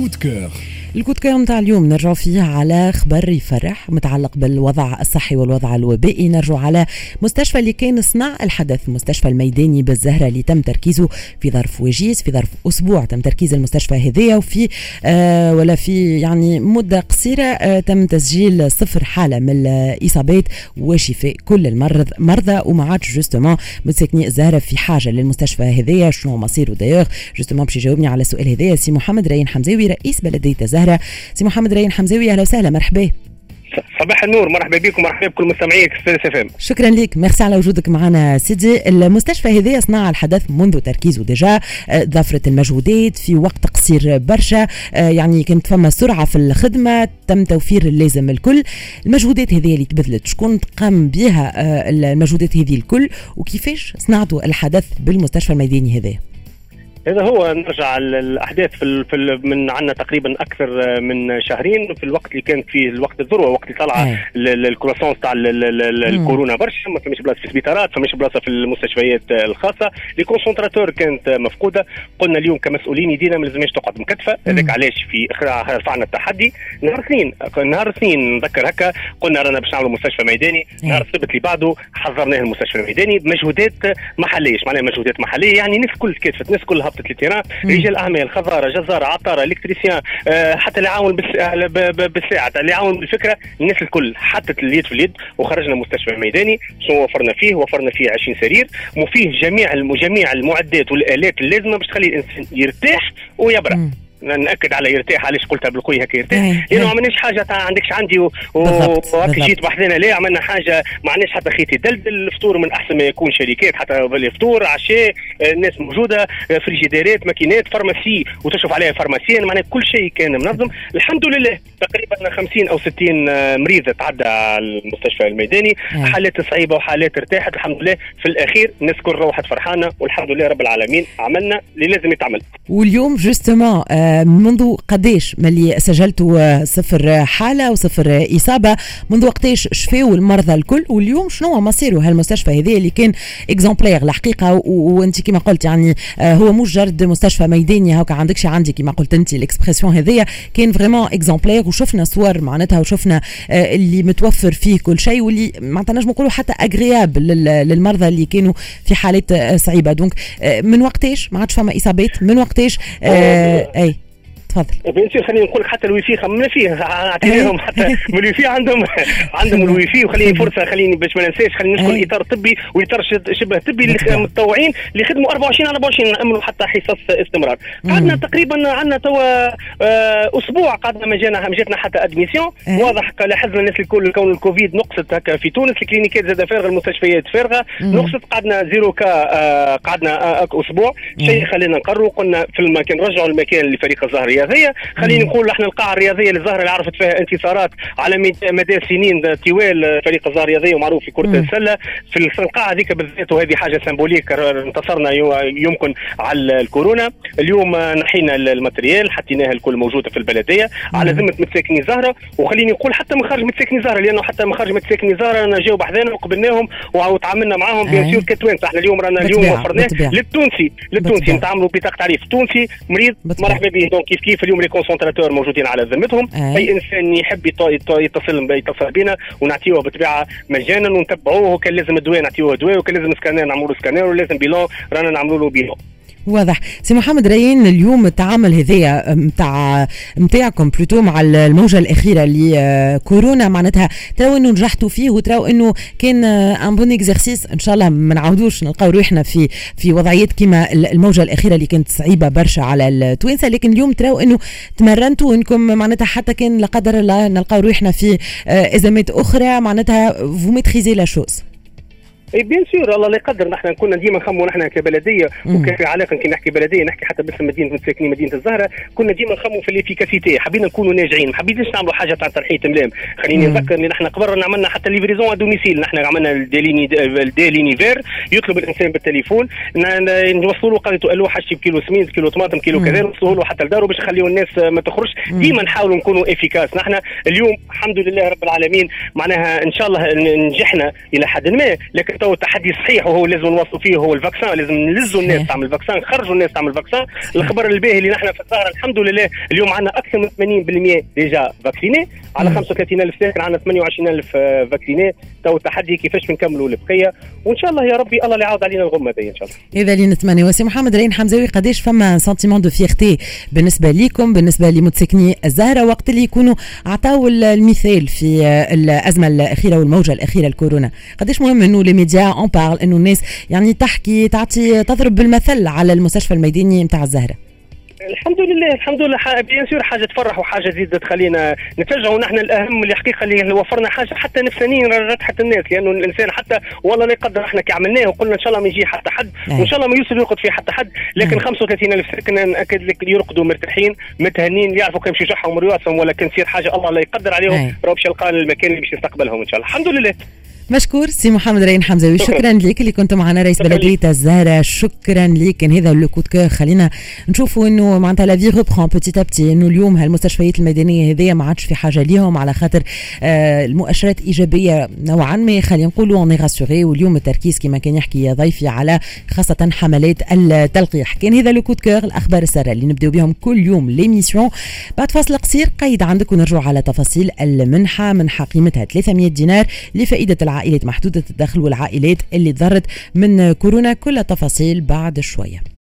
كود كور. الكود كور متاع اليوم نرجع فيه على خبر يفرح متعلق بالوضع الصحي والوضع الوبائي. نرجع على مستشفى اللي كان صنع الحدث، مستشفى الميداني بالزهرة اللي تم تركيزه في ظرف وجيز، في ظرف أسبوع تم تركيز المستشفى هذية، وفي ولا في يعني مدة قصيرة تم تسجيل 0 حالة من الإصابات وشفاء كل المرضى وما عادش جوستومون متساكني الزهرة في حاجة للمستشفى هذية. شنو مصيره دايوغ جوستومون باش يجاوبني على السؤال هذايا سي محمد ريان حمزاوي رئيس بلدية الزهرة. سي محمد ريان حمزاوي اهلا وسهلا، مرحبا. صباح النور، مرحبا بكم، مرحبا بكل مستمعيك ستاريس اف ام. شكرا لك، ميرسي على وجودك معنا سيدي. المستشفى هذه صنع الحدث منذ تركيزه ديجا، ضافرت المجهودات في وقت قصير برشا، يعني كانت فما سرعه في الخدمه، تم توفير اللازم الكل. المجهودات هذه اللي تبذلت شكون قام بها المجهودات هذه الكل، وكيفاش صنعتوا الحدث بالمستشفى الميداني هذا؟ هذا هو نرجع الاحداث من عندنا تقريبا اكثر من شهرين، في الوقت اللي كانت فيه الوقت الذروه، وقت اللي طلع الكروسونس تاع الكورونا برشا، ما فماش بلاصه في السبيطارات، فماش بلاصه في المستشفيات الخاصه، لي كونسنتراتور كانت مفقوده. قلنا اليوم كمسؤولين يدينا ما لازمش تقعد مكتفه، هذاك علاش في رفعنا التحدي نهار اثنين نذكر هكا، قلنا رانا باش نعملوا مستشفى ميداني. نهار السبت اللي بعده حضرناه المستشفى الميداني بمجهودات محليه. معناها مجهودات محليه يعني الناس الكل تكاتفت، الناس كل هبطت للتيران، رجال اعمال، خضاره، جزاره، عطاره، الكتريسيان، حتى اللي يعاون بالساعه، اللي يعاون بالفكره، الناس الكل حطت اليد في اليد وخرجنا مستشفى ميداني. شنو وفرنا فيه 20 سرير، وفيه جميع المعدات والالات اللازمه باش تخلي الانسان يرتاح ويبرأ. نأكد على يرتاح، علاش قلتها بالقوي هكا يرتاح، لانه ما عملناش حاجه تاع عندكش عندي وهكا جيت بحذنا، لا عملنا حاجه ما عندناش حتى خيط يدلدل. الفطور من احسن ما يكون، شركات حتى الفطور عشاء، الناس موجوده، فريجيديرات، ماكينات، فارماسي وتشرف عليها فارماسيين، معناها كل شيء كان منظم الحمد لله. تقريبا 50 او 60 مريض تعدى على المستشفى الميداني، حالات صعيبه وحالات ارتاحت الحمد لله. في الاخير الناس كل روحت فرحانه والحمد لله رب العالمين، عملنا اللي لازم يتعمل. واليوم جوستومون منذ قديش ملي سجلتوا 0 حالة و0 إصابة، منذ وقتاش شفاوا المرضى الكل، واليوم شنو مصيره هالمستشفى هذه اللي كان اكزامبلير الحقيقة؟ وانت كما قلت يعني هو مجرد مستشفى ميداني هاكا عندكش عندي كما قلت انت الاكسبرسيون هذه، كان فريمون اكزامبلير، وشفنا صور معناتها وشفنا اللي متوفر فيه كل شيء، واللي معناتها نجم نقولوا حتى اغرياب للمرضى اللي كانوا في حالات صعيبة. دونك من وقتاش ما عادش فما إصابات؟ من وقتاش اي تفضل. بنصير خليني نقول لك حتى الويفي خممنا فيه، اعطيناهم حتى من الويفي عندهم الويفي. وخليني فرصه، خليني باش ما ننساش، خليني نشكر اطار طبي واطار شبه طبي اللي متطوعين اللي خدموا 24 نعملوا حتى حصص استمرار. قعدنا تقريبا عندنا توا اسبوع قعدنا ما جاتنا حتى ادميسيون. واضح لاحظنا الناس الكل كون الكوفيد نقصت هكا في تونس، الكلينيكات زاد فارغه، المستشفيات فارغه، نقصت. قعدنا 0 كا، قعدنا اسبوع. شيء خلينا نقرروا، قلنا في المكان رجعوا المكان لفريق الزهر الرياضيه. خلينا نقول احنا القاعه الرياضيه للزهره اللي عرفت فيها انتصارات على مدى سنين طوال، فريق الزهره الرياضيه ومعروف في كره السله. في القاعه هذيك بالذات، وهذه حاجه سيمبوليك، انتصرنا يمكن على الكورونا. اليوم نحينا الماتريال، حطيناها الكل موجوده في البلديه على ذمه متساكني زهره. وخليني نقول حتى من خارج متساكني زهره، لانه حتى من خارج متساكني زهره انا جاوا بحذانا وقبلناهم وتعاملنا معاهم بيان سور كتوانس. احنا اليوم وفرناه للتونسي نتعاملوا بطاقه تعريف تونسي مريض مرحبا به. دونك كيف اليوم لي كونسنتراتور موجودين على ذمتهم. اي انسان يحب يتصل بنا ونعطيوه بالطبيعه مجانا ونتبعوه. وكان لازم الدواء نعطيوه دواء، وكان لازم سكانير نعملوا سكانير، ولازم بيلون رانا نعملوا له بيلون. واضح. سي محمد ريان، اليوم التعامل هذايا متاعكم بلوتو مع الموجه الاخيره لكورونا، معناتها تراو انه نجحتوا فيه، وتراو انه كان ان بون اكزرسيس. ان شاء الله ما نعاودوش نلقاو روحنا في وضعيات كما الموجه الاخيره اللي كانت صعيبه برشا على التوانسه، لكن اليوم تراو انه تمرنتوا انكم معناتها حتى كان لا قدر الله نلقاو روحنا في ازمات اخرى، معناتها فو ميتريزي لا شوز. اي بيان سور، الله لا يقدر. نحن كنا ديما نخموا نحن كبلديه، وكان في علاقه كي نحكي بلديه نحكي حتى باسم مدينه متساكنين مدينه الزهره، كنا ديما نخموا في الافيكاسيتي، حبينا نكونوا ناجعين، ما حبيناش نعملوا حاجه تاع ترحيت ملام. خليني نذكر ان نحن قبل عملنا حتى ليفريزون دوميسيل، نحن عملنا الديليني فير، يطلب الانسان بالتليفون نوصلوا له، قالوا له حاجتي بكيلو سميد، كيلو طماطم، كيلو كذا، نوصلوا له حتى لداره باش نخليوا الناس ما تخرجش. ديما نحاولوا نكونوا افيكاس. نحن اليوم الحمد لله رب العالمين، معناها ان شاء الله نجحنا الى حد ما، لكن تو تحدي صحيح وهو لازم نوصلوا فيه، هو الفاكسان. لازم نلزوا الناس تعمل فاكسان، خرجوا الناس تعمل فاكسان. الخبر الباهي اللي نحن في الظاهر الحمد لله اليوم عندنا اكثر من 80% ديجا فاكسيني على 35,000 ساكن، عندنا 28,000 فاكسيني. تو التحدي كيفاش بنكملوا البقيه، وان شاء الله يا ربي الله اللي يعاود علينا الغمه دي ان شاء الله. هذا اللي نتمنى. وسي محمد رين حمزاوي، قداش فما سنتيمون دو فيرتي بالنسبه ليكم بالنسبه لمتسكني الزهره وقت اللي يكونوا عطاوا المثال في الازمه الاخيره والموجه الاخيره الكورونا؟ قداش مهم انه لي ميديا اون بارل، انه الناس يعني تحكي تعطي تضرب بالمثل على المستشفى الميداني نتاع الزهره؟ الحمد لله الحمد لله. بيان سور حاجه تفرح وحاجه تزيد تخلينا نتشجعوا. نحن الاهم اللي حقيقه اللي وفرنا حاجه حتى نفسانيين رجعت الناس، لانه الانسان حتى والله لا يقدر احنا كي عملناه وقلنا ان شاء الله ما يجي حتى حد وان شاء الله ما يوصل يرقد فيه حتى حد، لكن 35,000 ساكن ناكد لك يرقدوا مرتاحين متهنين، يعرفوا كان يمشي صحهم ورياضهم ولا كان يصير حاجه الله لا يقدر عليهم راه باش يلقى المكان اللي باش يستقبلهم ان شاء الله. الحمد لله. مشكور سي محمد رين حمزاوي، شكرا لك اللي كنت معنا رئيس بلدية الزهرة. شكرا لك. هذا لو كود كور. خلينا نشوفوا انه معناتها لا في ريبرون بوتيت ا بتي، انه اليوم هالمستشفيات الميدانيه هذيا ما عادش في حاجه ليهم على خاطر المؤشرات ايجابيه نوعا ما، خلينا نقولوا اوني راسوري. واليوم التركيز كما كان يحكي ضيفي على خاصه حملات التلقيح. كان هذا لو كود كور، الاخبار الساره اللي نبداو بهم كل يوم ليميسيون. بعد فاصل قصير قيد عندك ونرجعوا على تفاصيل المنحه. منحه قيمتها 300 دينار لفائده العائلات محدوده الدخل والعائلات اللي تضرت من كورونا. كل التفاصيل بعد شويه.